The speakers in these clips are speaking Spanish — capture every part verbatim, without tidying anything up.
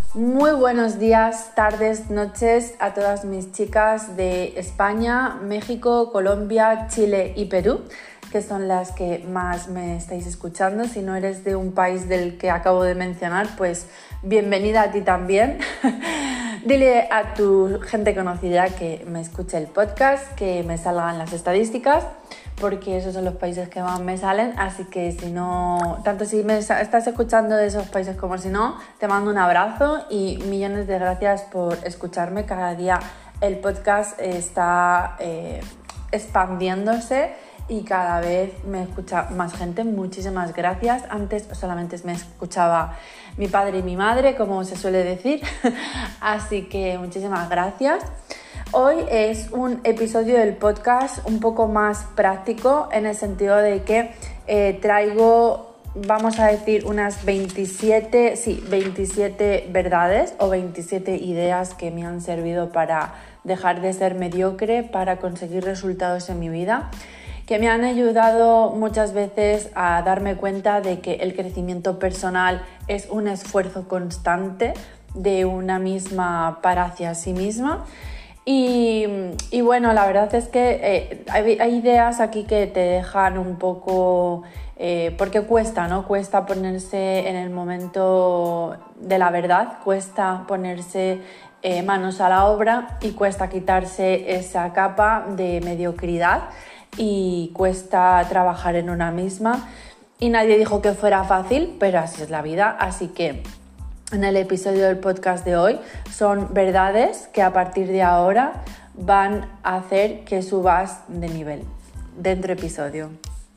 Muy buenos días, tardes, noches a todas mis chicas de España, México, Colombia, Chile y Perú, que son las que más me estáis escuchando. Si no eres de un país del que acabo de mencionar, pues bienvenida a ti también. Dile a tu gente conocida que me escuche el podcast, que me salgan las estadísticas, porque esos son los países que más me salen, así que si no, tanto si me estás escuchando de esos países como si no, te mando un abrazo y millones de gracias por escucharme. Cada día el podcast está eh, expandiéndose y cada vez me escucha más gente. Muchísimas gracias. Antes solamente me escuchaba mi padre y mi madre, como se suele decir, así que muchísimas gracias. Hoy es un episodio del podcast un poco más práctico, en el sentido de que eh, traigo, vamos a decir, unas veintisiete, sí, veintisiete verdades o veintisiete ideas que me han servido para dejar de ser mediocre, para conseguir resultados en mi vida, que me han ayudado muchas veces a darme cuenta de que el crecimiento personal es un esfuerzo constante de una misma para hacia sí misma. Y, y bueno, la verdad es que eh, hay, hay ideas aquí que te dejan un poco, eh, porque cuesta, ¿no? Cuesta ponerse en el momento de la verdad, cuesta ponerse eh, manos a la obra y cuesta quitarse esa capa de mediocridad y cuesta trabajar en una misma. Y nadie dijo que fuera fácil, pero así es la vida, así que en el episodio del podcast de hoy son verdades que a partir de ahora van a hacer que subas de nivel. Dentro episodio.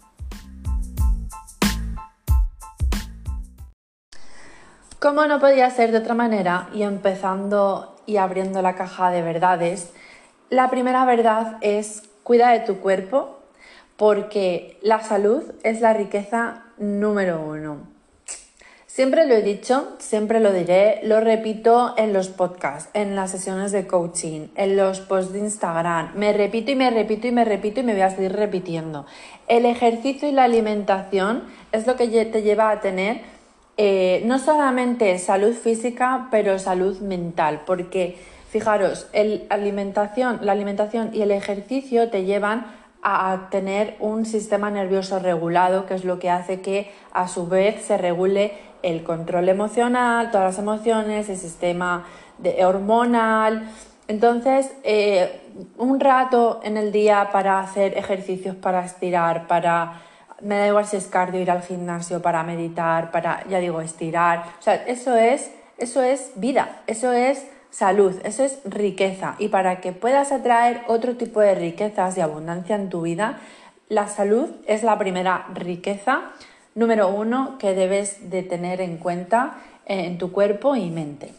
Como no podía ser de otra manera, y empezando y abriendo la caja de verdades, la primera verdad es: cuida de tu cuerpo, porque la salud es la riqueza número uno. Siempre lo he dicho, siempre lo diré, lo repito en los podcasts, en las sesiones de coaching, en los posts de Instagram. Me repito y me repito y me repito y me voy a seguir repitiendo. El ejercicio y la alimentación es lo que te lleva a tener eh, no solamente salud física, pero salud mental. Porque, fijaros, el alimentación, la alimentación y el ejercicio te llevan a tener un sistema nervioso regulado, que es lo que hace que a su vez se regule el control emocional, todas las emociones, el sistema de, hormonal. Entonces, eh, un rato en el día para hacer ejercicios, para estirar, para, me da igual si es cardio, ir al gimnasio, para meditar, para, ya digo, estirar. O sea, eso es, eso es vida, eso es salud, eso es riqueza. Y para que puedas atraer otro tipo de riquezas y abundancia en tu vida, la salud es la primera riqueza número uno que debes de tener en cuenta en tu cuerpo y mente.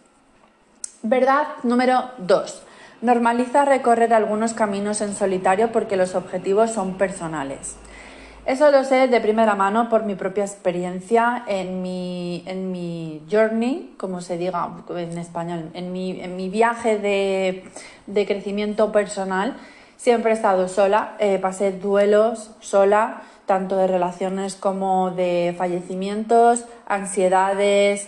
Verdad número dos. Normaliza recorrer algunos caminos en solitario porque los objetivos son personales. Eso lo sé de primera mano por mi propia experiencia en mi, en mi journey, como se diga en español, en mi, en mi viaje de, de crecimiento personal. Siempre he estado sola, eh, pasé duelos sola, tanto de relaciones como de fallecimientos, ansiedades,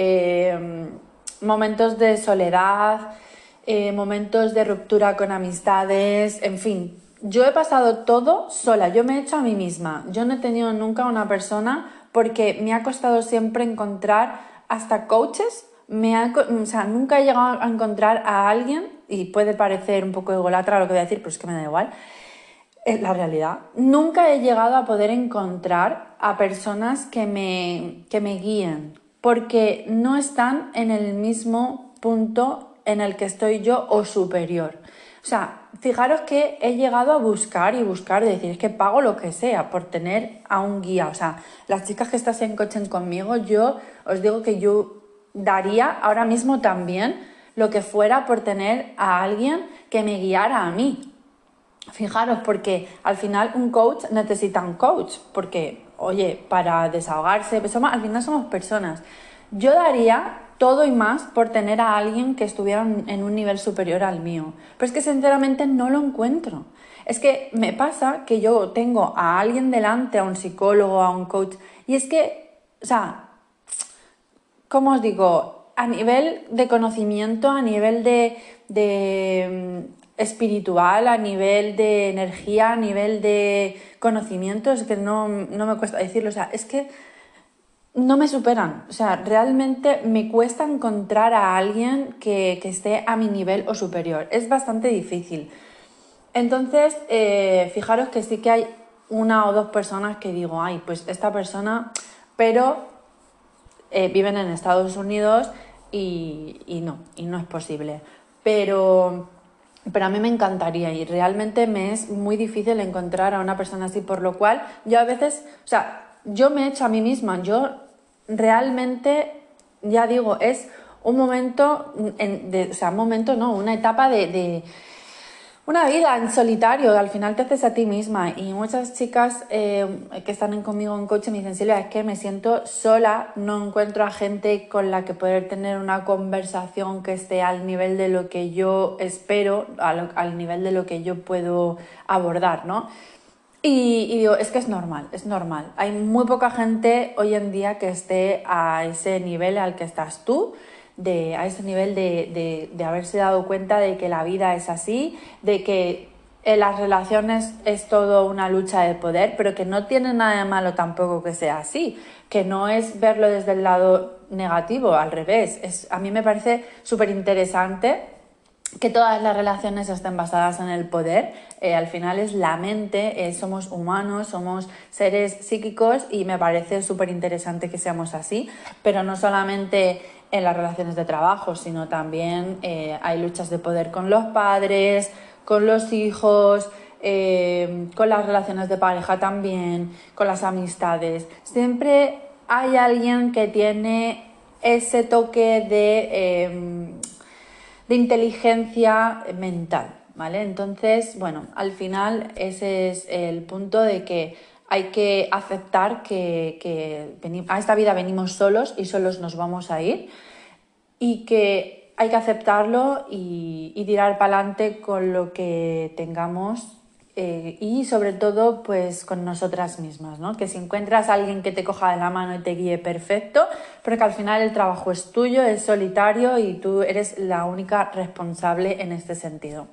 eh, momentos de soledad, eh, momentos de ruptura con amistades, en fin. Yo he pasado todo sola, yo me he hecho a mí misma. Yo no he tenido nunca una persona, porque me ha costado siempre encontrar hasta coaches. Me ha, o sea, nunca he llegado a encontrar a alguien, y puede parecer un poco ególatra lo que voy a decir, pero es que me da igual. Es la realidad. Nunca he llegado a poder encontrar a personas que me, que me guíen, porque no están en el mismo punto en el que estoy yo o superior. O sea, fijaros que he llegado a buscar y buscar, y decir, es que pago lo que sea por tener a un guía. O sea, las chicas que estás en coaching conmigo, yo os digo que yo daría ahora mismo también lo que fuera por tener a alguien que me guiara a mí. Fijaros, porque al final un coach necesita un coach, porque, oye, para desahogarse, somos, al final somos personas. Yo daría todo y más por tener a alguien que estuviera en un nivel superior al mío, pero es que sinceramente no lo encuentro. Es que me pasa que yo tengo a alguien delante, a un psicólogo, a un coach, y es que, o sea, ¿cómo os digo? a nivel de conocimiento, a nivel de, de espiritual, a nivel de energía, a nivel de conocimiento, es que no, no me cuesta decirlo, o sea, es que no me superan, o sea, realmente me cuesta encontrar a alguien que, que esté a mi nivel o superior, es bastante difícil. Entonces, eh, fijaros que sí que hay una o dos personas que digo, ay, pues esta persona, pero eh, viven en Estados Unidos y, y no, y no es posible. Pero, pero a mí me encantaría y realmente me es muy difícil encontrar a una persona así, por lo cual yo a veces, o sea, yo me he hecho a mí misma, yo realmente, ya digo, es un momento, en, de, o sea, un momento no, una etapa de... de una vida en solitario, al final te haces a ti misma y muchas chicas eh, que están conmigo en coaching me dicen, Silvia, es que me siento sola, no encuentro a gente con la que poder tener una conversación que esté al nivel de lo que yo espero, al, al nivel de lo que yo puedo abordar, ¿no? Y, y digo, es que es normal, es normal. Hay muy poca gente hoy en día que esté a ese nivel al que estás tú, de, a ese nivel de, de, de haberse dado cuenta de que la vida es así, de que en las relaciones es todo una lucha de poder, pero que no tiene nada de malo tampoco que sea así, que no es verlo desde el lado negativo, al revés. Es, a mí me parece súper interesante que todas las relaciones estén basadas en el poder. Eh, al final es la mente, eh, somos humanos, somos seres psíquicos y me parece súper interesante que seamos así, pero no solamente en las relaciones de trabajo, sino también eh, hay luchas de poder con los padres, con los hijos, eh, con las relaciones de pareja también, con las amistades. Siempre hay alguien que tiene ese toque de... Eh, de inteligencia mental, ¿vale? Entonces, bueno, al final ese es el punto de que hay que aceptar que, que a esta vida venimos solos y solos nos vamos a ir y que hay que aceptarlo y, y tirar para adelante con lo que tengamos eh, y sobre todo pues con nosotras mismas, ¿no? Que si encuentras a alguien que te coja de la mano y te guíe, perfecto, pero que al final el trabajo es tuyo, es solitario y tú eres la única responsable en este sentido.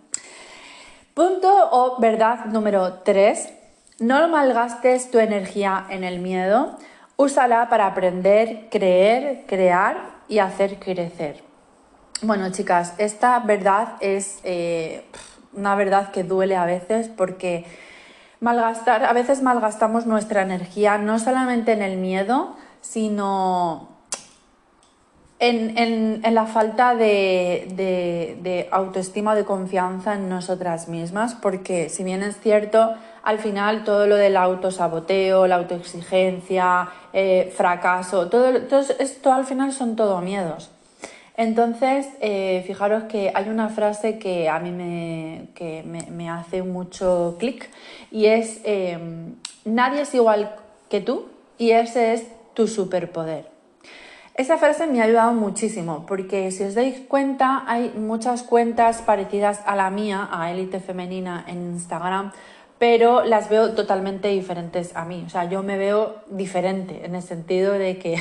Punto o verdad número tres. No malgastes tu energía en el miedo, úsala para aprender, creer, crear y hacer crecer. Bueno, chicas, esta verdad es eh, una verdad que duele a veces porque malgastar, a veces malgastamos nuestra energía no solamente en el miedo, sino en, en, en la falta de, de, de autoestima, de confianza en nosotras mismas, porque si bien es cierto, al final todo lo del autosaboteo, la autoexigencia, eh, fracaso, todo, todo esto al final son todo miedos. Entonces, eh, fijaros que hay una frase que a mí me, que me, me hace mucho clic y es eh, nadie es igual que tú y ese es tu superpoder. Esa frase me ha ayudado muchísimo porque si os dais cuenta hay muchas cuentas parecidas a la mía, a Élite Femenina en Instagram, pero las veo totalmente diferentes a mí. O sea, yo me veo diferente en el sentido de que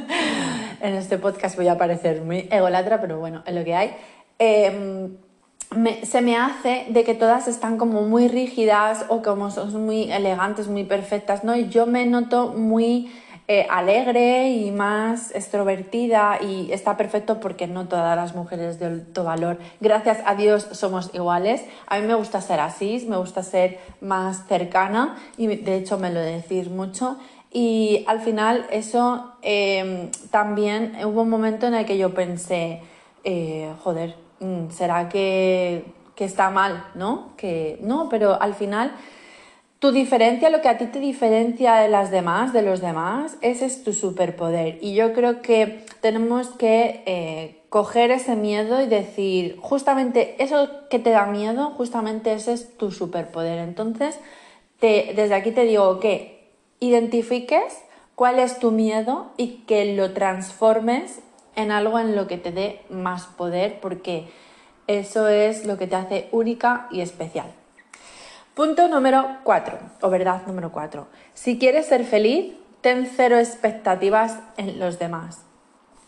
en este podcast voy a parecer muy ególatra, pero bueno, es lo que hay. Eh, me, se me hace de que todas están como muy rígidas o como son muy elegantes, muy perfectas, ¿no? Y yo me noto muy eh, alegre y más extrovertida y está perfecto porque no todas las mujeres de alto valor, gracias a Dios, somos iguales. A mí me gusta ser así, me gusta ser más cercana y de hecho me lo decís mucho. Y al final eso eh, también hubo un momento en el que yo pensé, eh, joder, ¿será que, que está mal? ¿No? Que no, pero al final tu diferencia, lo que a ti te diferencia de las demás, de los demás, ese es tu superpoder. Y yo creo que tenemos que eh, coger ese miedo y decir, justamente eso que te da miedo, justamente ese es tu superpoder. Entonces, te, desde aquí te digo que identifiques cuál es tu miedo y que lo transformes en algo en lo que te dé más poder, porque eso es lo que te hace única y especial. Punto número cuatro, o verdad número cuatro. Si quieres ser feliz, ten cero expectativas en los demás.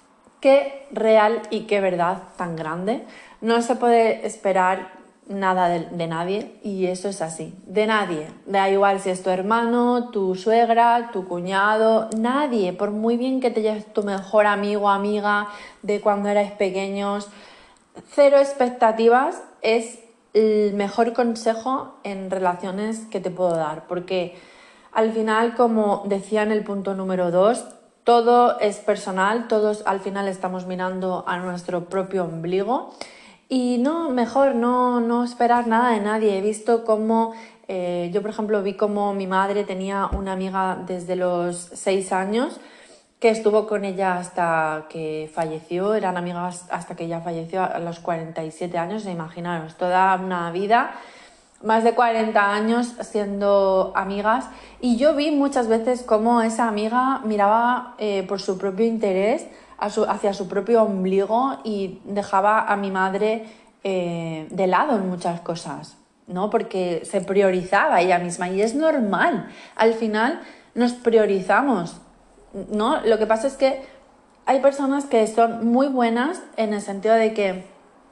Qué real y qué verdad tan grande. No se puede esperar nada de, de nadie y eso es así. De nadie. Da igual si es tu hermano, tu suegra, tu cuñado, nadie. Por muy bien que te lleves tu mejor amigo o amiga de cuando erais pequeños, cero expectativas es el mejor consejo en relaciones que te puedo dar. Porque al final, como decía en el punto número dos, todo es personal, todos al final estamos mirando a nuestro propio ombligo y no, mejor no, no esperar nada de nadie. He visto cómo, eh, yo por ejemplo vi cómo mi madre tenía una amiga desde los seis años que estuvo con ella hasta que falleció, eran amigas hasta que ella falleció a los cuarenta y siete años, imaginaros, toda una vida, más de cuarenta años siendo amigas, y yo vi muchas veces cómo esa amiga miraba eh, por su propio interés a su, hacia su propio ombligo y dejaba a mi madre eh, de lado en muchas cosas, ¿no? Porque se priorizaba ella misma y es normal, al final nos priorizamos, ¿no? Lo que pasa es que hay personas que son muy buenas en el sentido de que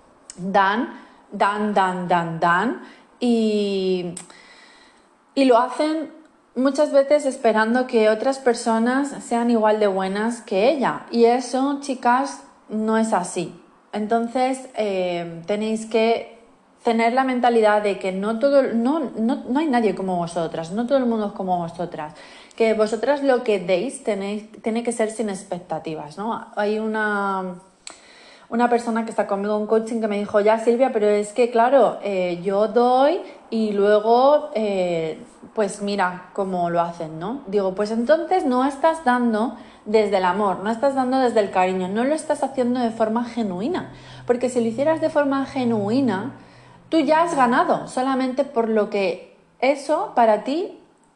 dan, dan, dan, dan, dan y, y lo hacen muchas veces esperando que otras personas sean igual de buenas que ella. Y eso, chicas, no es así. Entonces eh, tenéis que tener la mentalidad de que no, todo, no, no, no hay nadie como vosotras, no todo el mundo es como vosotras. Que vosotras lo que deis tenéis, tiene que ser sin expectativas, ¿no? Hay una... Una persona que está conmigo en coaching que me dijo, ya Silvia, pero es que claro, eh, yo doy y luego, eh, pues mira cómo lo hacen, ¿no? Digo, pues entonces no estás dando desde el amor, no estás dando desde el cariño, no lo estás haciendo de forma genuina, porque si lo hicieras de forma genuina, tú ya has ganado, solamente por lo que eso para ti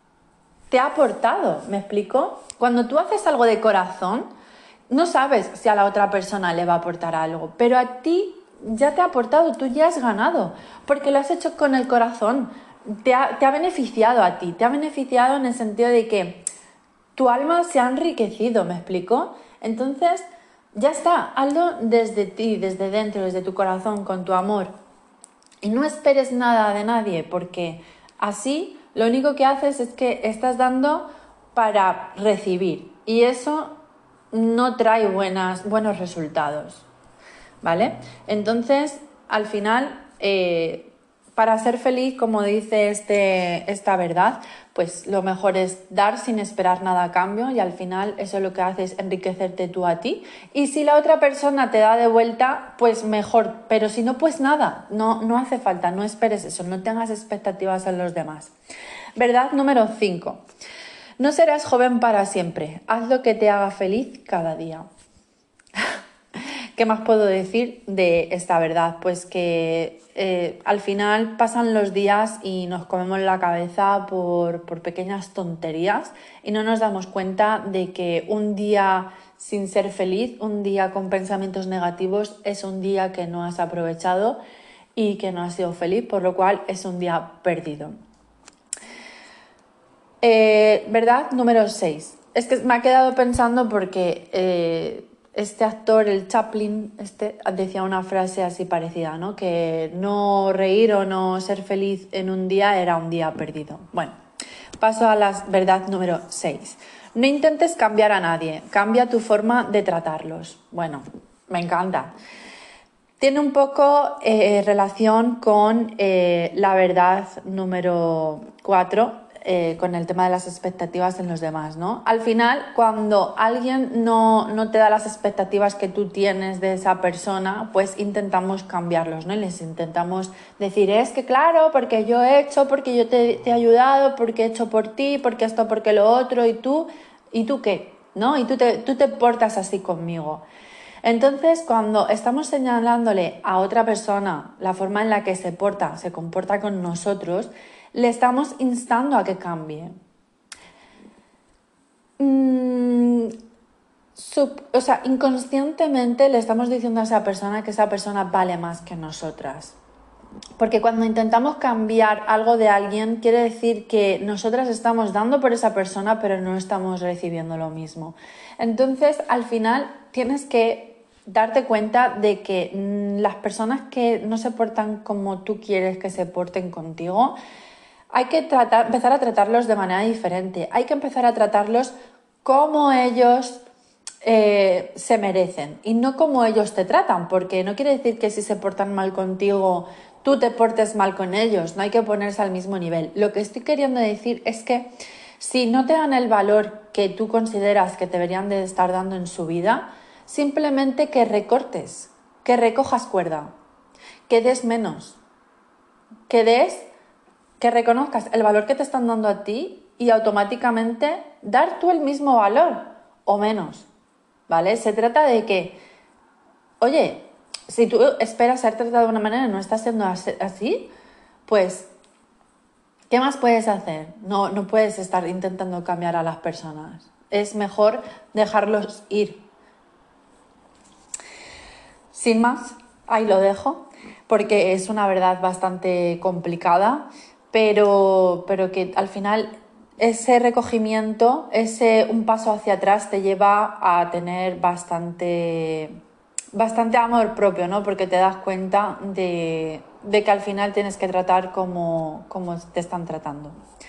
te ha aportado, ¿me explico? Cuando tú haces algo de corazón, no sabes si a la otra persona le va a aportar algo, pero a ti ya te ha aportado, tú ya has ganado, porque lo has hecho con el corazón, te ha, te ha beneficiado a ti, te ha beneficiado en el sentido de que tu alma se ha enriquecido, ¿me explico? Entonces, ya está, hazlo desde ti, desde dentro, desde tu corazón, con tu amor. Y no esperes nada de nadie, porque así lo único que haces es que estás dando para recibir. Y eso no trae buenas, buenos resultados, ¿vale? Entonces, al final, eh, para ser feliz, como dice este, esta verdad, pues lo mejor es dar sin esperar nada a cambio y al final eso lo que hace es enriquecerte tú a ti. Y si la otra persona te da de vuelta, pues mejor, pero si no, pues nada, no, no hace falta, no esperes eso, no tengas expectativas en los demás. Verdad número cinco. No serás joven para siempre. Haz lo que te haga feliz cada día. ¿Qué más puedo decir de esta verdad? Pues que eh, al final pasan los días y nos comemos la cabeza por, por pequeñas tonterías y no nos damos cuenta de que un día sin ser feliz, un día con pensamientos negativos, es un día que no has aprovechado y que no has sido feliz, por lo cual es un día perdido. Eh, verdad número seis. Es que me ha quedado pensando porque eh, este actor, el Chaplin, este, decía una frase así parecida, ¿no? Que no reír o no ser feliz en un día era un día perdido. Bueno, paso a la verdad número seis. No intentes cambiar a nadie, cambia tu forma de tratarlos. Bueno, me encanta. Tiene un poco eh, relación con eh, la verdad número cuatro, eh, con el tema de las expectativas en los demás, ¿no? Al final, cuando alguien no, no te da las expectativas que tú tienes de esa persona, pues intentamos cambiarlos, ¿no? Y les intentamos decir, es que claro, porque yo he hecho, porque yo te, te he ayudado, porque he hecho por ti, porque esto, porque lo otro, y tú, ¿y tú qué? ¿No? Y tú te, tú te portas así conmigo. Entonces, cuando estamos señalándole a otra persona la forma en la que se porta, se comporta con nosotros, le estamos instando a que cambie. Mm, sub, o sea, inconscientemente le estamos diciendo a esa persona que esa persona vale más que nosotras. Porque cuando intentamos cambiar algo de alguien, quiere decir que nosotras estamos dando por esa persona, pero no estamos recibiendo lo mismo. Entonces, al final, tienes que darte cuenta de que mmm, las personas que no se portan como tú quieres que se porten contigo, hay que tratar, empezar a tratarlos de manera diferente. Hay que empezar a tratarlos como ellos eh, se merecen y no como ellos te tratan, porque no quiere decir que si se portan mal contigo, tú te portes mal con ellos. No hay que ponerse al mismo nivel. Lo que estoy queriendo decir es que si no te dan el valor que tú consideras que deberían de estar dando en su vida, simplemente que recortes, que recojas cuerda, que des menos, que des, que reconozcas el valor que te están dando a ti y automáticamente dar tú el mismo valor o menos, ¿vale? Se trata de que, oye, si tú esperas ser tratado de una manera y no estás siendo así, pues, ¿qué más puedes hacer? No, no puedes estar intentando cambiar a las personas. Es mejor dejarlos ir. Sin más, ahí lo dejo, porque es una verdad bastante complicada, pero, pero que al final ese recogimiento, ese un paso hacia atrás te lleva a tener bastante, bastante amor propio, ¿no? Porque te das cuenta de, de que al final tienes que tratar como, como te están tratando.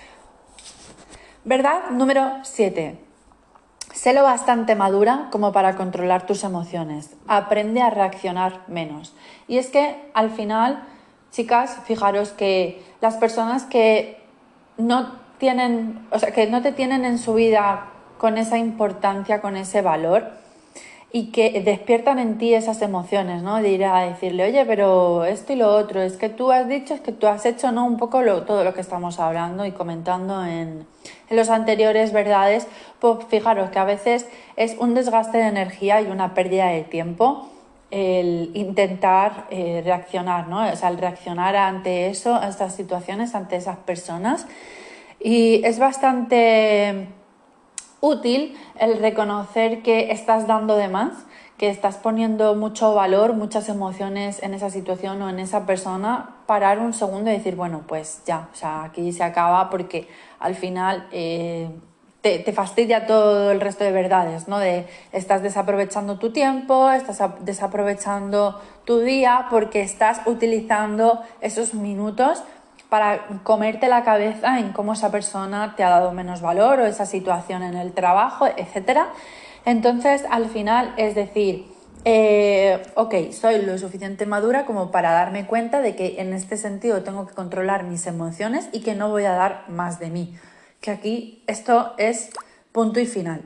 Verdad número siete. Sé lo bastante madura como para controlar tus emociones. Aprende a reaccionar menos. Y es que al final, chicas, fijaros que las personas que no tienen, o sea, que no te tienen en su vida con esa importancia, con ese valor, y que despiertan en ti esas emociones, ¿no? De ir a decirle, oye, pero esto y lo otro, es que tú has dicho, es que tú has hecho, ¿no? Un poco lo, todo lo que estamos hablando y comentando en, en los anteriores verdades. Pues fijaros que a veces es un desgaste de energía y una pérdida de tiempo el intentar eh, reaccionar, ¿no? O sea, el reaccionar ante eso, a estas situaciones, ante esas personas. Y es bastante útil el reconocer que estás dando de más, que estás poniendo mucho valor, muchas emociones en esa situación o en esa persona, parar un segundo y decir, bueno, pues ya, o sea, aquí se acaba porque al final eh, te, te fastidia todo el resto de verdades, ¿no? De estás desaprovechando tu tiempo, estás desaprovechando tu día porque estás utilizando esos minutos para comerte la cabeza en cómo esa persona te ha dado menos valor o esa situación en el trabajo, etcétera. Entonces, al final, es decir, eh, ok, soy lo suficiente madura como para darme cuenta de que en este sentido tengo que controlar mis emociones y que no voy a dar más de mí. Que aquí esto es punto y final.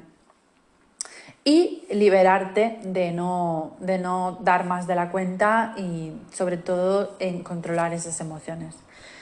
Y liberarte de no, de no dar más de la cuenta y sobre todo en controlar esas emociones.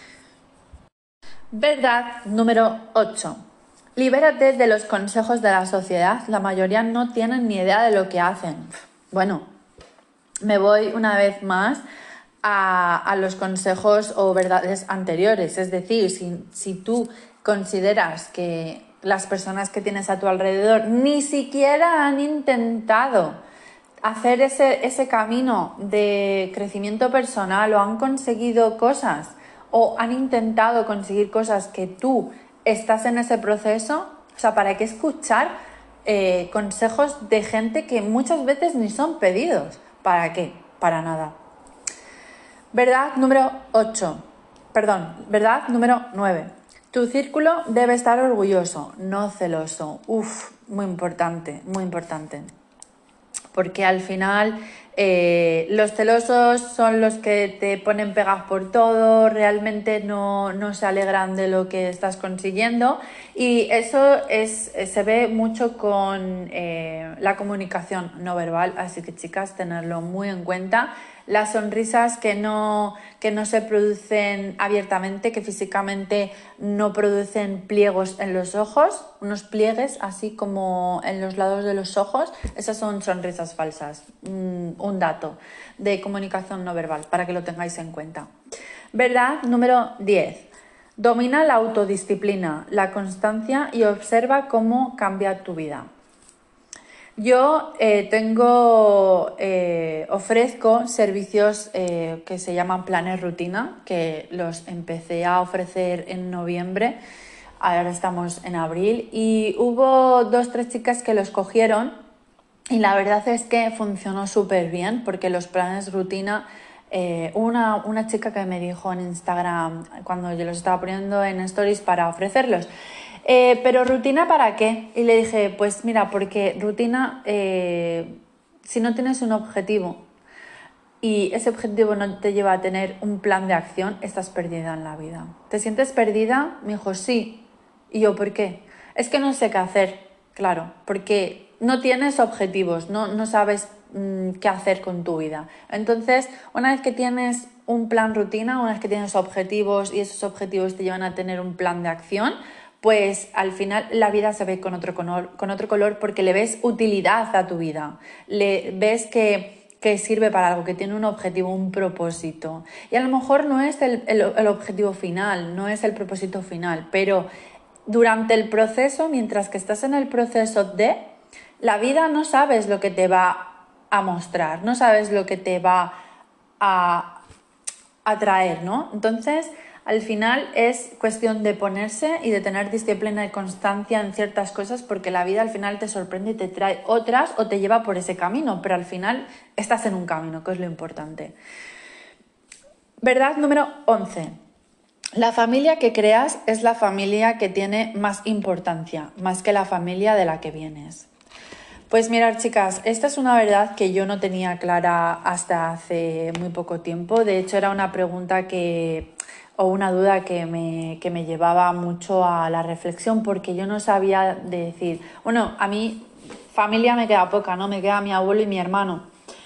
Verdad número ocho. Libérate de los consejos de la sociedad. La mayoría no tienen ni idea de lo que hacen. Bueno, me voy una vez más a, a los consejos o verdades anteriores. Es decir, si, si tú consideras que las personas que tienes a tu alrededor ni siquiera han intentado hacer ese, ese camino de crecimiento personal o han conseguido cosas o han intentado conseguir cosas que tú estás en ese proceso, o sea, ¿para qué escuchar eh, consejos de gente que muchas veces ni son pedidos? ¿Para qué? Para nada. Verdad número ocho. Perdón, verdad número nueve. Tu círculo debe estar orgulloso, no celoso. Uf, muy importante, muy importante. Porque al final eh, los celosos son los que te ponen pegas por todo, realmente no, no se alegran de lo que estás consiguiendo y eso es, se ve mucho con eh, la comunicación no verbal, así que chicas, tenerlo muy en cuenta. Las sonrisas que no, que no se producen abiertamente, que físicamente no producen pliegos en los ojos, unos pliegues así como en los lados de los ojos, esas son sonrisas falsas. Mm, un dato de comunicación no verbal para que lo tengáis en cuenta. Verdad número diez. Domina la autodisciplina, la constancia y observa cómo cambia tu vida. Yo eh, tengo, eh, ofrezco servicios eh, que se llaman planes rutina, que los empecé a ofrecer en noviembre, ahora estamos en abril, y hubo dos, tres chicas que los cogieron Y la verdad es que funcionó súper bien porque los planes rutina, eh, una, una chica que me dijo en Instagram cuando yo los estaba poniendo en stories para ofrecerlos, eh, pero ¿rutina para qué? Y le dije, pues mira, porque rutina, eh, si no tienes un objetivo y ese objetivo no te lleva a tener un plan de acción, estás perdida en la vida. ¿Te sientes perdida? Me dijo, sí. Y yo, ¿por qué? Es que no sé qué hacer, claro, porque no tienes objetivos, no, no sabes mmm, qué hacer con tu vida. Entonces, una vez que tienes un plan rutina, una vez que tienes objetivos y esos objetivos te llevan a tener un plan de acción, pues al final la vida se ve con otro color, con otro color porque le ves utilidad a tu vida, le ves que que sirve para algo, que tiene un objetivo, un propósito. Y a lo mejor no es el, el, el objetivo final, no es el propósito final, pero durante el proceso, mientras que estás en el proceso de, la vida no sabes lo que te va a mostrar, no sabes lo que te va a atraer, ¿no? Entonces, al final es cuestión de ponerse y de tener disciplina y constancia en ciertas cosas porque la vida al final te sorprende y te trae otras o te lleva por ese camino, pero al final estás en un camino, que es lo importante. Verdad número once. La familia que creas es la familia que tiene más importancia, más que la familia de la que vienes. Pues mirad, chicas, esta es una verdad que yo no tenía clara hasta hace muy poco tiempo. De hecho, era una pregunta que o una duda que me, que me llevaba mucho a la reflexión porque yo no sabía de decir, bueno, a mí familia me queda poca, ¿no? Me queda mi abuelo y mi hermano.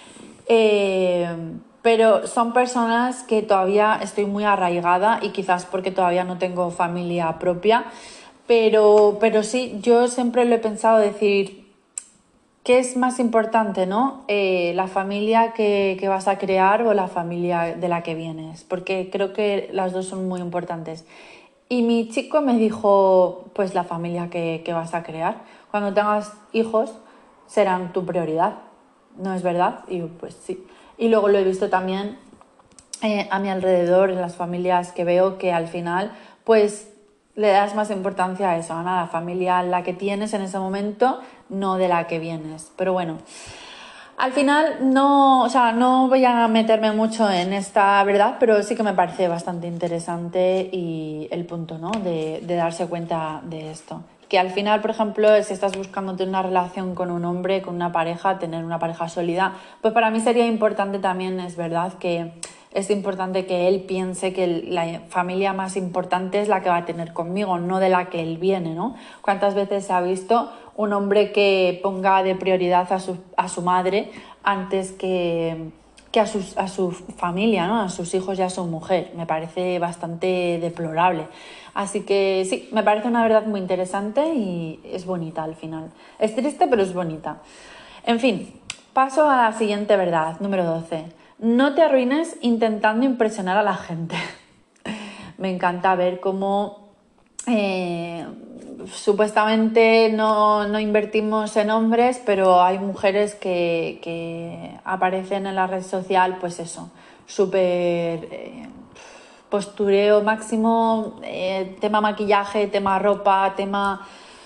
Eh, pero son personas que todavía estoy muy arraigada y quizás porque todavía no tengo familia propia, pero, pero sí, yo siempre lo he pensado decir, ¿qué es más importante, no? Eh, ¿la familia que, que vas a crear o la familia de la que vienes? Porque creo que las dos son muy importantes. Y mi chico me dijo, pues la familia que, que vas a crear. Cuando tengas hijos serán tu prioridad, ¿no es verdad? Y yo, pues sí. Y luego lo he visto también eh, a mi alrededor, en las familias que veo, que al final, pues le das más importancia a eso, a la familia a la que tienes en ese momento, no de la que vienes. Pero bueno, al final no, o sea, no voy a meterme mucho en esta verdad, pero sí que me parece bastante interesante y el punto, ¿no? de, de darse cuenta de esto. Que al final, por ejemplo, si estás buscando tener una relación con un hombre, con una pareja, tener una pareja sólida, pues para mí sería importante también, es verdad, que es importante que él piense que la familia más importante es la que va a tener conmigo, no de la que él viene, ¿no? ¿Cuántas veces se ha visto un hombre que ponga de prioridad a su, a su madre antes que, que a, sus, a su familia, ¿no? A sus hijos y a su mujer? Me parece bastante deplorable. Así que sí, me parece una verdad muy interesante y es bonita al final. Es triste, pero es bonita. En fin, paso a la siguiente verdad, número doce. No te arruines intentando impresionar a la gente. Me encanta ver cómo eh, supuestamente no, no invertimos en hombres, pero hay mujeres que, que aparecen en la red social, pues eso, súper eh, postureo máximo, eh, tema maquillaje, tema ropa, tema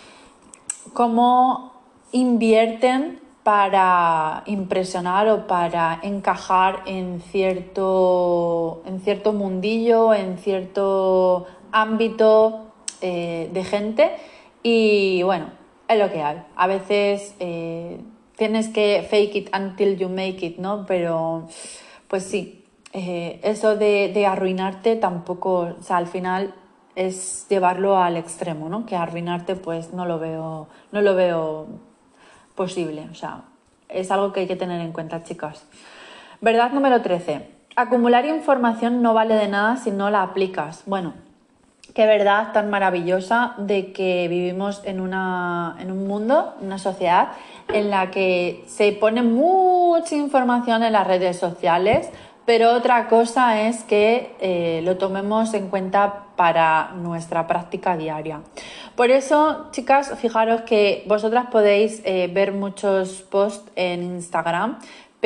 cómo invierten para impresionar o para encajar en cierto, en cierto mundillo, en cierto ámbito eh, de gente y bueno, es lo que hay. A veces eh, tienes que fake it until you make it, ¿no? Pero pues sí, eh, eso de, de arruinarte tampoco, o sea, al final es llevarlo al extremo, ¿no? Que arruinarte pues no lo veo, no lo veo posible, o sea, es algo que hay que tener en cuenta, chicas. Verdad número trece. Acumular información no vale de nada si no la aplicas. Bueno, qué verdad tan maravillosa de que vivimos en, una, en un mundo, una sociedad en la que se pone mucha información en las redes sociales, pero otra cosa es que eh, lo tomemos en cuenta para nuestra práctica diaria. Por eso, chicas, fijaros que vosotras podéis eh, ver muchos posts en Instagram,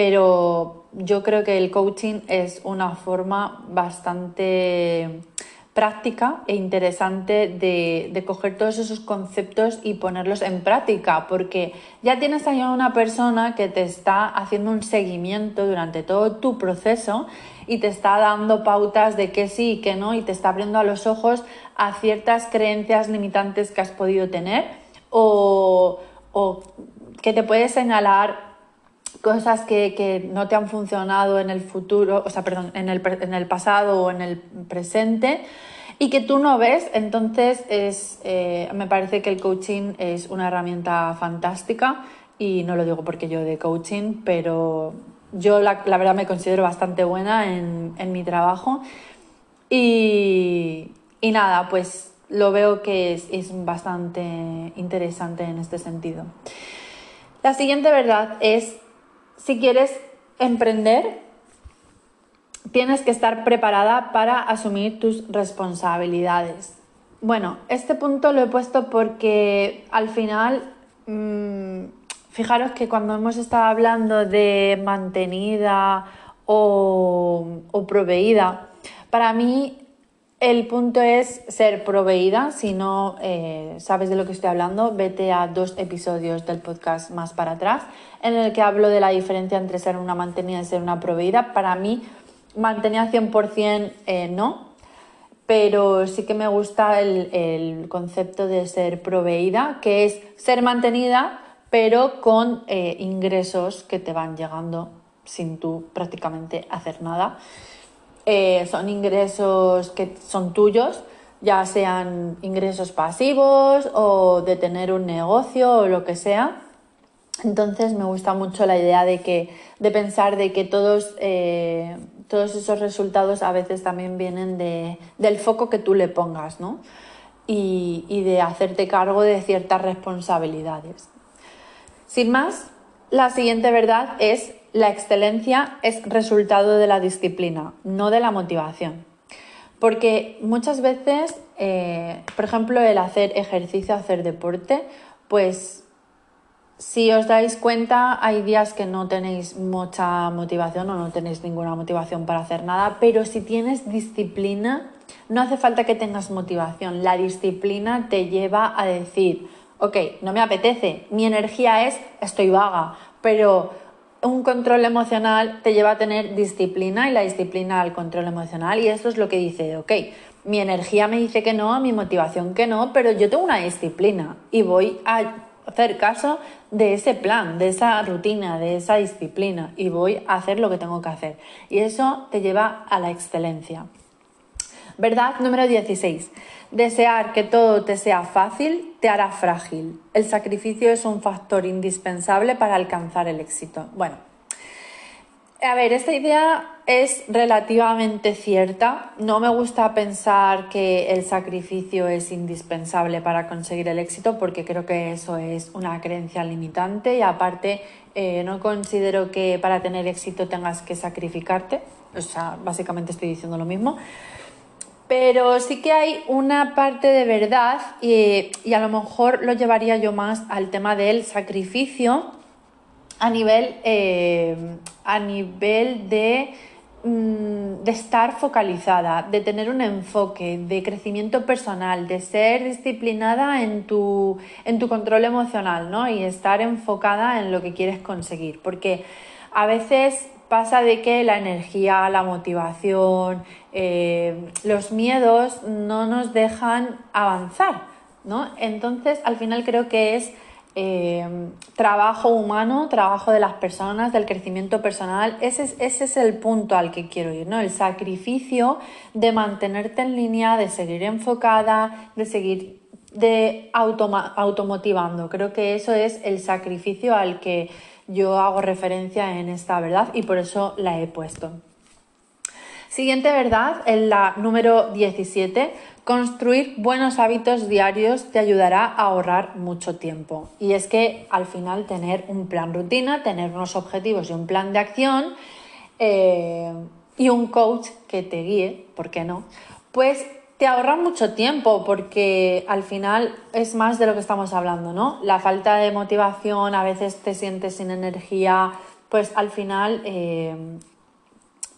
pero yo creo que el coaching es una forma bastante práctica e interesante de, de coger todos esos conceptos y ponerlos en práctica, porque ya tienes ahí a una persona que te está haciendo un seguimiento durante todo tu proceso y te está dando pautas de que sí y que no, y te está abriendo a los ojos a ciertas creencias limitantes que has podido tener o, o que te puede señalar cosas que, que no te han funcionado en el futuro, o sea, perdón, en el, en el pasado o en el presente y que tú no ves. Entonces es, eh, me parece que el coaching es una herramienta fantástica y no lo digo porque yo de coaching, pero yo la, la verdad me considero bastante buena en, en mi trabajo y, y nada, pues lo veo que es, es bastante interesante en este sentido. La siguiente verdad es: si quieres emprender, tienes que estar preparada para asumir tus responsabilidades. Bueno, este punto lo he puesto porque al final, mmm, fijaros que cuando hemos estado hablando de mantenida o, o proveída, para mí el punto es ser proveída. Si no eh, sabes de lo que estoy hablando, vete a dos episodios del podcast más para atrás, en el que hablo de la diferencia entre ser una mantenida y ser una proveída. Para mí, mantenida cien por ciento eh, no, pero sí que me gusta el, el concepto de ser proveída, que es ser mantenida, pero con eh, ingresos que te van llegando sin tú prácticamente hacer nada. Eh, son ingresos que son tuyos, ya sean ingresos pasivos o de tener un negocio o lo que sea. Entonces me gusta mucho la idea de que de pensar de que todos, eh, todos esos resultados a veces también vienen de, del foco que tú le pongas, ¿no? Y, y de hacerte cargo de ciertas responsabilidades. Sin más, la siguiente verdad es: la excelencia es resultado de la disciplina, no de la motivación. Porque muchas veces, eh, por ejemplo, el hacer ejercicio, hacer deporte, pues si os dais cuenta, hay días que no tenéis mucha motivación o no tenéis ninguna motivación para hacer nada, pero si tienes disciplina, no hace falta que tengas motivación. La disciplina te lleva a decir: ok, no me apetece, mi energía es, estoy vaga, pero un control emocional te lleva a tener disciplina y la disciplina al control emocional, y esto es lo que dice: ok, mi energía me dice que no, mi motivación que no, pero yo tengo una disciplina y voy a hacer caso de ese plan, de esa rutina, de esa disciplina, y voy a hacer lo que tengo que hacer. Y eso te lleva a la excelencia. Verdad número dieciséis. Desear que todo te sea fácil te hará frágil. El sacrificio es un factor indispensable para alcanzar el éxito. Bueno, a ver, esta idea es relativamente cierta. No me gusta pensar que el sacrificio es indispensable para conseguir el éxito, porque creo que eso es una creencia limitante y aparte eh, no considero que para tener éxito tengas que sacrificarte. O sea, básicamente estoy diciendo lo mismo. Pero sí que hay una parte de verdad y, y a lo mejor lo llevaría yo más al tema del sacrificio a nivel, eh, a nivel de, mm, de estar focalizada, de tener un enfoque, de crecimiento personal, de ser disciplinada en tu, en tu control emocional, ¿no? Y estar enfocada en lo que quieres conseguir. Porque a veces pasa de que la energía, la motivación, eh, los miedos no nos dejan avanzar, ¿no? Entonces, al final creo que es eh, trabajo humano, trabajo de las personas, del crecimiento personal. Ese es, ese es el punto al que quiero ir, ¿no? El sacrificio de mantenerte en línea, de seguir enfocada, de seguir de automa- automotivando. Creo que eso es el sacrificio al que yo hago referencia en esta verdad y por eso la he puesto. Siguiente verdad, en la número diecisiete, construir buenos hábitos diarios te ayudará a ahorrar mucho tiempo. Y es que al final tener un plan rutina, tener unos objetivos y un plan de acción eh, y un coach que te guíe, ¿por qué no? Pues te ahorra mucho tiempo, porque al final es más de lo que estamos hablando, ¿no? La falta de motivación, a veces te sientes sin energía, pues al final eh,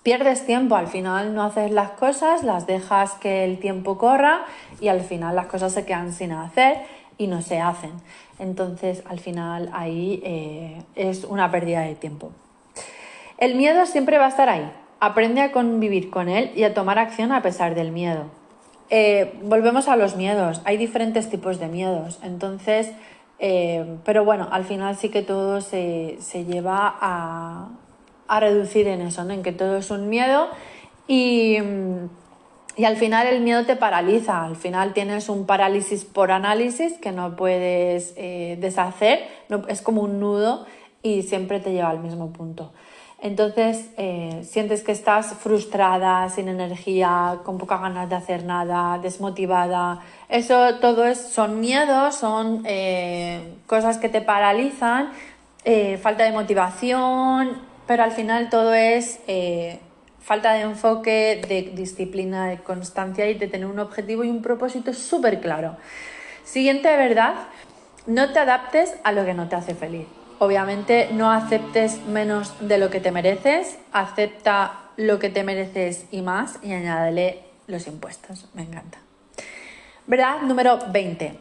pierdes tiempo, al final no haces las cosas, las dejas que el tiempo corra y al final las cosas se quedan sin hacer y no se hacen. Entonces, al final ahí eh, es una pérdida de tiempo. El miedo siempre va a estar ahí. Aprende a convivir con él y a tomar acción a pesar del miedo. Eh, volvemos a los miedos. Hay diferentes tipos de miedos. Entonces, eh, pero bueno, al final sí que todo se, se lleva a, a reducir en eso, ¿no? En que todo es un miedo y, y al final el miedo te paraliza. Al final tienes un parálisis por análisis que no puedes eh, deshacer. No, es como un nudo y siempre te lleva al mismo punto. Entonces eh, sientes que estás frustrada, sin energía, con pocas ganas de hacer nada, desmotivada. Eso todo es, son miedos, son eh, cosas que te paralizan, eh, falta de motivación, pero al final todo es eh, falta de enfoque, de disciplina, de constancia y de tener un objetivo y un propósito súper claro. Siguiente verdad, no te adaptes a lo que no te hace feliz. Obviamente no aceptes menos de lo que te mereces, acepta lo que te mereces y más y añádele los impuestos. Me encanta. Verdad número veinte.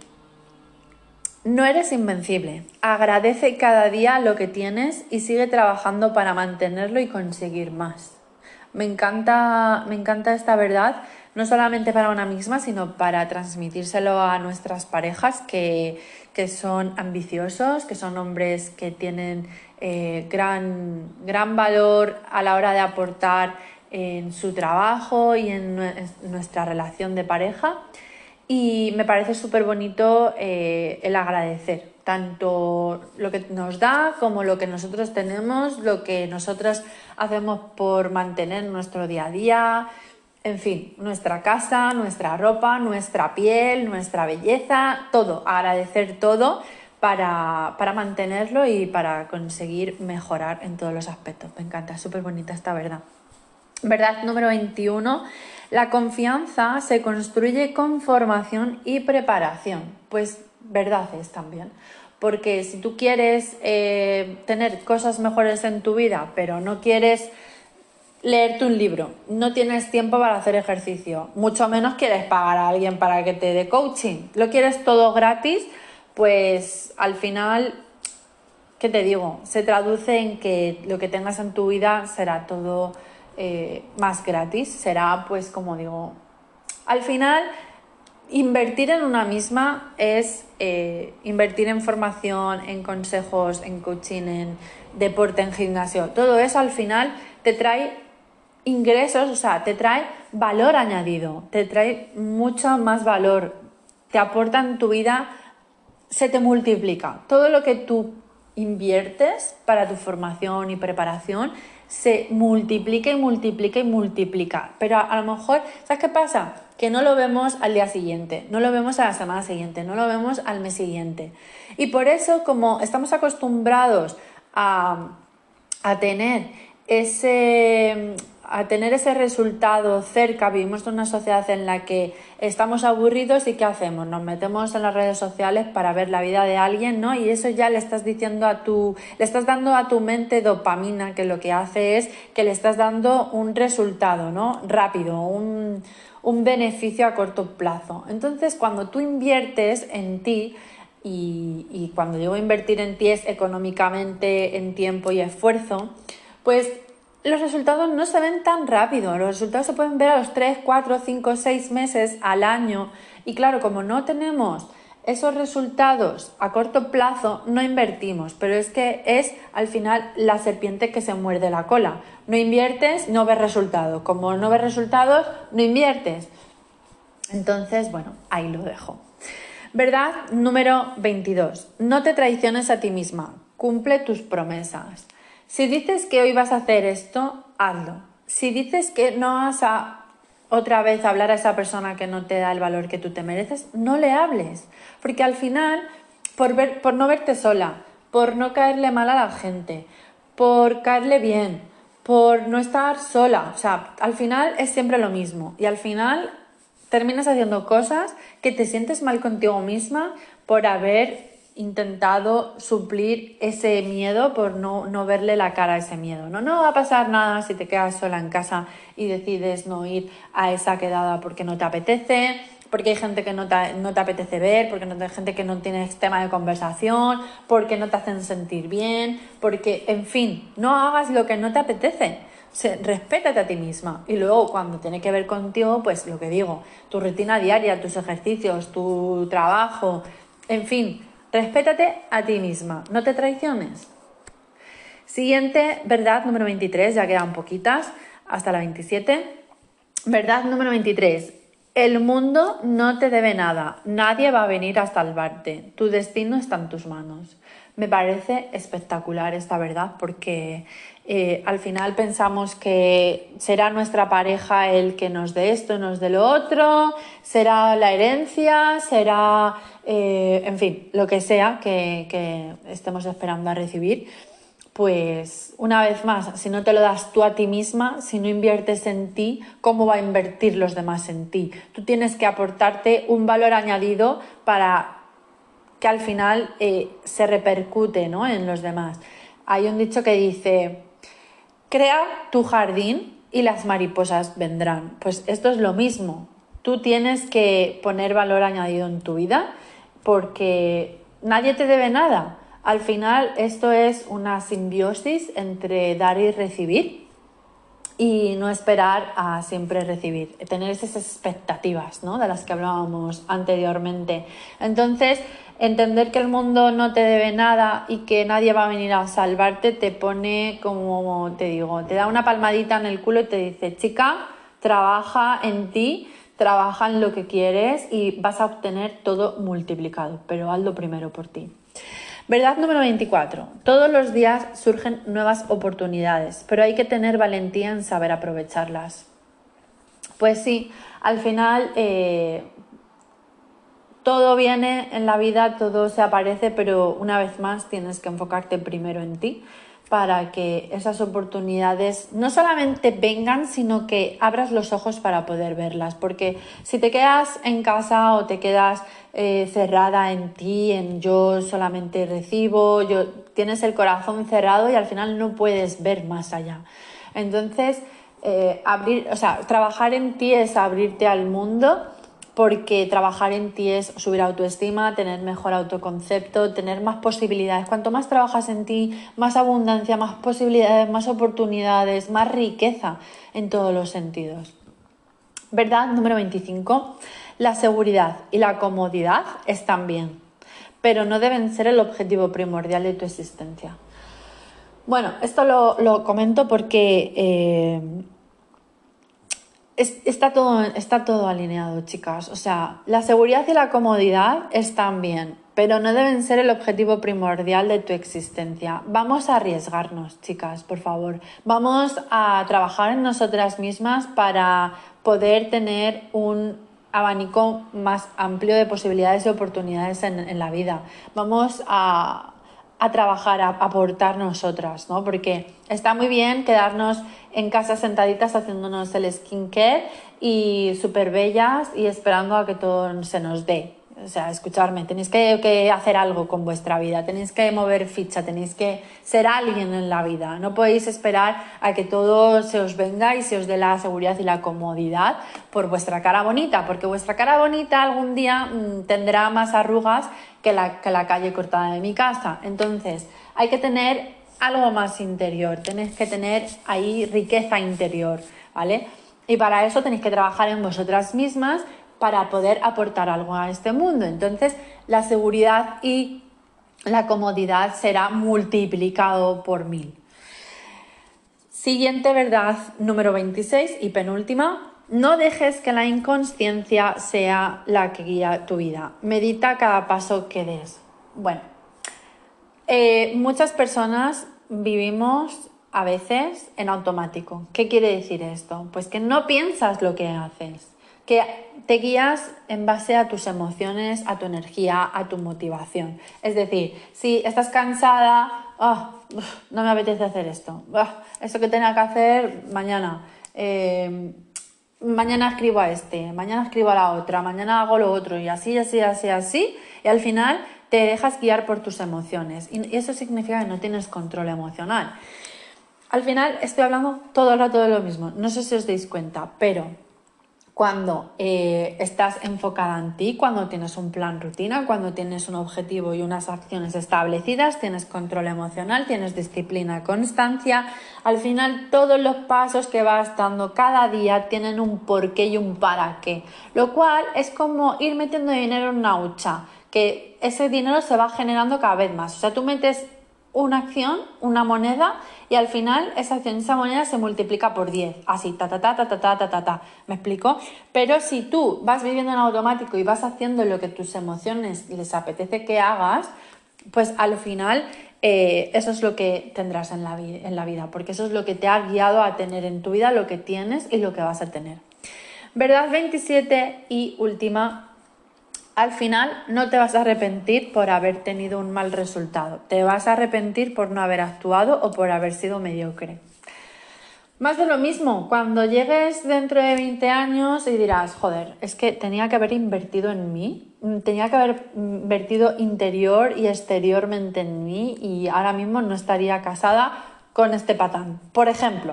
No eres invencible. Agradece cada día lo que tienes y sigue trabajando para mantenerlo y conseguir más. Me encanta, me encanta esta verdad, no solamente para una misma, sino para transmitírselo a nuestras parejas que, que son ambiciosos, que son hombres que tienen eh, gran, gran valor a la hora de aportar en su trabajo y en nuestra relación de pareja. Y me parece súper bonito eh, el agradecer, tanto lo que nos da como lo que nosotros tenemos, lo que nosotros hacemos por mantener nuestro día a día, en fin, nuestra casa, nuestra ropa, nuestra piel, nuestra belleza, todo, agradecer todo para, para mantenerlo y para conseguir mejorar en todos los aspectos. Me encanta, es súper bonita esta verdad. Verdad número veintiuno. La confianza se construye con formación y preparación. Pues verdad es también. Porque si tú quieres eh, tener cosas mejores en tu vida, pero no quieres leerte un libro, no tienes tiempo para hacer ejercicio, mucho menos quieres pagar a alguien para que te dé coaching, lo quieres todo gratis, pues al final, ¿qué te digo? Se traduce en que lo que tengas en tu vida será todo Eh, más gratis, será pues como digo, al final invertir en una misma es eh, invertir en formación, en consejos, en coaching, en deporte, en gimnasio, todo eso al final te trae ingresos, o sea, te trae valor añadido, te trae mucho más valor, te aporta en tu vida, se te multiplica, todo lo que tú inviertes para tu formación y preparación se multiplica y multiplica y multiplica. Pero a, a lo mejor, ¿sabes qué pasa? Que no lo vemos al día siguiente, no lo vemos a la semana siguiente, no lo vemos al mes siguiente. Y por eso, como estamos acostumbrados a, a tener ese... a tener ese resultado cerca, vivimos en una sociedad en la que estamos aburridos y ¿qué hacemos? Nos metemos en las redes sociales para ver la vida de alguien, ¿no? Y eso ya le estás diciendo a tu, le estás dando a tu mente dopamina, que lo que hace es que le estás dando un resultado, ¿no? Rápido, un, un beneficio a corto plazo. Entonces, cuando tú inviertes en ti, y, y cuando digo invertir en ti es económicamente, en tiempo y esfuerzo, pues los resultados no se ven tan rápido, los resultados se pueden ver a los tres, cuatro, cinco, seis meses al año y claro, como no tenemos esos resultados a corto plazo, no invertimos, pero es que es al final la serpiente que se muerde la cola. No inviertes, no ves resultados, como no ves resultados, no inviertes. Entonces, bueno, ahí lo dejo. Verdad número veintidós. No te traiciones a ti misma, cumple tus promesas. Si dices que hoy vas a hacer esto, hazlo. Si dices que no vas a otra vez hablar a esa persona que no te da el valor que tú te mereces, no le hables. Porque al final, por, ver, por no verte sola, por no caerle mal a la gente, por caerle bien, por no estar sola, o sea, al final es siempre lo mismo. Y al final terminas haciendo cosas que te sientes mal contigo misma por haber intentado suplir ese miedo por no, no verle la cara a ese miedo. No, no va a pasar nada si te quedas sola en casa y decides no ir a esa quedada porque no te apetece, porque hay gente que no te, no te apetece ver, porque no, hay gente que no tiene tema de conversación, porque no te hacen sentir bien, porque, en fin, no hagas lo que no te apetece. O sea, respétate a ti misma. Y luego, cuando tiene que ver contigo, pues lo que digo, tu rutina diaria, tus ejercicios, tu trabajo, en fin, respétate a ti misma. No te traiciones. Siguiente, verdad número veintitrés, ya quedan poquitas, hasta la veintisiete. Verdad número veintitrés. El mundo no te debe nada, nadie va a venir a salvarte, tu destino está en tus manos. Me parece espectacular esta verdad porque eh, al final pensamos que será nuestra pareja el que nos dé esto, nos dé lo otro, será la herencia, será, eh, en fin, lo que sea que, que estemos esperando a recibir. Pues una vez más, si no te lo das tú a ti misma, si no inviertes en ti, ¿cómo va a invertir los demás en ti? Tú tienes que aportarte un valor añadido para que al final eh, se repercute, ¿no?, en los demás. Hay un dicho que dice, crea tu jardín y las mariposas vendrán. Pues esto es lo mismo. Tú tienes que poner valor añadido en tu vida porque nadie te debe nada. Al final esto es una simbiosis entre dar y recibir y no esperar a siempre recibir, tener esas expectativas, ¿no?, de las que hablábamos anteriormente. Entonces, entender que el mundo no te debe nada y que nadie va a venir a salvarte te pone, como te digo, te da una palmadita en el culo y te dice, chica, trabaja en ti, trabaja en lo que quieres y vas a obtener todo multiplicado, pero hazlo primero por ti. Verdad número veinticuatro. Todos los días surgen nuevas oportunidades, pero hay que tener valentía en saber aprovecharlas. Pues sí, al final eh, todo viene en la vida, todo se aparece, pero una vez más tienes que enfocarte primero en ti para que esas oportunidades no solamente vengan, sino que abras los ojos para poder verlas. Porque si te quedas en casa o te quedas eh, cerrada en ti, en yo solamente recibo, yo, tienes el corazón cerrado y al final no puedes ver más allá. Entonces, eh, abrir, o sea, trabajar en ti es abrirte al mundo, porque trabajar en ti es subir autoestima, tener mejor autoconcepto, tener más posibilidades. Cuanto más trabajas en ti, más abundancia, más posibilidades, más oportunidades, más riqueza en todos los sentidos. Verdad número veinticinco. La seguridad y la comodidad están bien, pero no deben ser el objetivo primordial de tu existencia. Bueno, esto lo, lo comento porque eh, es, está, todo, está todo alineado, chicas. O sea, la seguridad y la comodidad están bien, pero no deben ser el objetivo primordial de tu existencia. Vamos a arriesgarnos, chicas, por favor. Vamos a trabajar en nosotras mismas para poder tener un abanico más amplio de posibilidades y oportunidades en, en la vida. Vamos a, a trabajar, a aportar nosotras, ¿no? Porque está muy bien quedarnos en casa sentaditas haciéndonos el skincare y súper bellas y esperando a que todo se nos dé. O sea, escucharme, tenéis que, que hacer algo con vuestra vida, tenéis que mover ficha, tenéis que ser alguien en la vida. No podéis esperar a que todo se os venga y se os dé la seguridad y la comodidad por vuestra cara bonita, porque vuestra cara bonita algún día mmm, tendrá más arrugas que la, que la calle cortada de mi casa. Entonces, hay que tener algo más interior, tenéis que tener ahí riqueza interior, ¿vale? Y para eso tenéis que trabajar en vosotras mismas para poder aportar algo a este mundo. Entonces, la seguridad y la comodidad será multiplicado por mil. Siguiente verdad número veintiséis y penúltima. No dejes que la inconsciencia sea la que guía tu vida. Medita cada paso que des. Bueno, eh, muchas personas vivimos a veces en automático. ¿Qué quiere decir esto? Pues que no piensas lo que haces, que te guías en base a tus emociones, a tu energía, a tu motivación. Es decir, si estás cansada, oh, no me apetece hacer esto, oh, esto que tenía que hacer mañana, eh, mañana escribo a este, mañana escribo a la otra, mañana hago lo otro y así, así, así, así, y al final te dejas guiar por tus emociones y eso significa que no tienes control emocional. Al final estoy hablando todo el rato de lo mismo, no sé si os dais cuenta, pero cuando eh, estás enfocada en ti, cuando tienes un plan rutina, cuando tienes un objetivo y unas acciones establecidas, tienes control emocional, tienes disciplina, constancia, al final todos los pasos que vas dando cada día tienen un porqué y un para qué, lo cual es como ir metiendo dinero en una hucha, que ese dinero se va generando cada vez más, o sea, tú metes una acción, una moneda y al final esa acción, esa moneda se multiplica por diez, así, ta, ta, ta, ta, ta, ta, ta, ta, ta, ¿me explico? Pero si tú vas viviendo en automático y vas haciendo lo que tus emociones les apetece que hagas, pues al final eh, eso es lo que tendrás en la, vi- en la vida, porque eso es lo que te ha guiado a tener en tu vida lo que tienes y lo que vas a tener. Verdad veintisiete y última. Al final no te vas a arrepentir por haber tenido un mal resultado, te vas a arrepentir por no haber actuado o por haber sido mediocre. Más de lo mismo, cuando llegues dentro de veinte años y dirás, joder, es que tenía que haber invertido en mí, tenía que haber invertido interior y exteriormente en mí y ahora mismo no estaría casada con este patán, por ejemplo.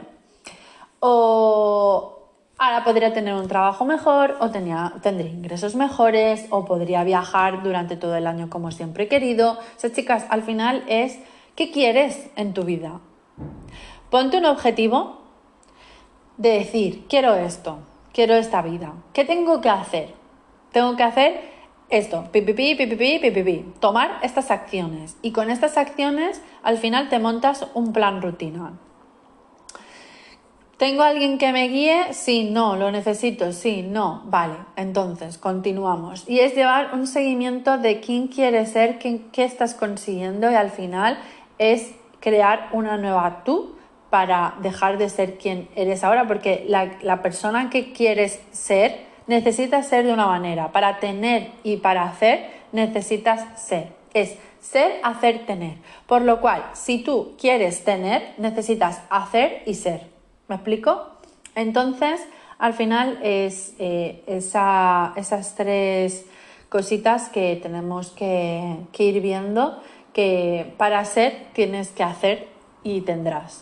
O ahora podría tener un trabajo mejor, o tenía, tendría ingresos mejores, o podría viajar durante todo el año como siempre he querido. O sea, chicas, al final es, ¿qué quieres en tu vida? Ponte un objetivo de decir, quiero esto, quiero esta vida. ¿Qué tengo que hacer? Tengo que hacer esto, pipipi, pipipi, pipipi. Tomar estas acciones. Y con estas acciones, al final te montas un plan rutina. ¿Tengo alguien que me guíe? Sí, no, lo necesito, sí, no, vale, entonces continuamos. Y es llevar un seguimiento de quién quieres ser, quién, qué estás consiguiendo y al final es crear una nueva tú para dejar de ser quien eres ahora, porque la, la persona que quieres ser necesita ser de una manera. Para tener y para hacer necesitas ser. Es ser, hacer, tener. Por lo cual, si tú quieres tener, necesitas hacer y ser. ¿Me explico? Entonces, al final es eh, esa, esas tres cositas que tenemos que, que ir viendo, que para ser tienes que hacer y tendrás.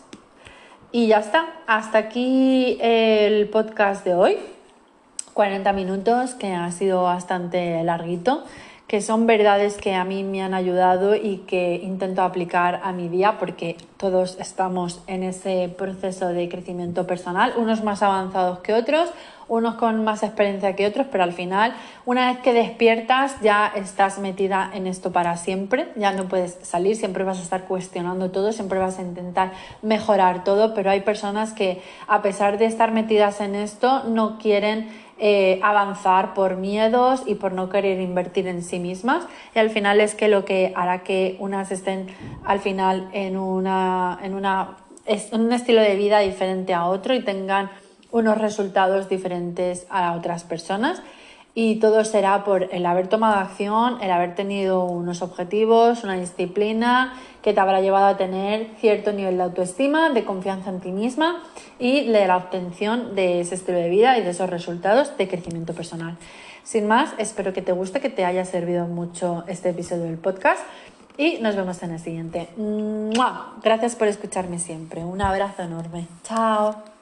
Y ya está, hasta aquí el podcast de hoy. cuarenta minutos, que ha sido bastante larguito, que son verdades que a mí me han ayudado y que intento aplicar a mi día porque todos estamos en ese proceso de crecimiento personal, unos más avanzados que otros, unos con más experiencia que otros, pero al final, una vez que despiertas, ya estás metida en esto para siempre, ya no puedes salir, siempre vas a estar cuestionando todo, siempre vas a intentar mejorar todo, pero hay personas que a pesar de estar metidas en esto, no quieren Eh, avanzar por miedos y por no querer invertir en sí mismas y al final es que lo que hará que unas estén al final en, una, en, una, en un estilo de vida diferente a otro y tengan unos resultados diferentes a otras personas y todo será por el haber tomado acción, el haber tenido unos objetivos, una disciplina que te habrá llevado a tener cierto nivel de autoestima, de confianza en ti misma y de la obtención de ese estilo de vida y de esos resultados de crecimiento personal. Sin más, espero que te guste, que te haya servido mucho este episodio del podcast y nos vemos en el siguiente. ¡Mua! Gracias por escucharme siempre. Un abrazo enorme. Chao.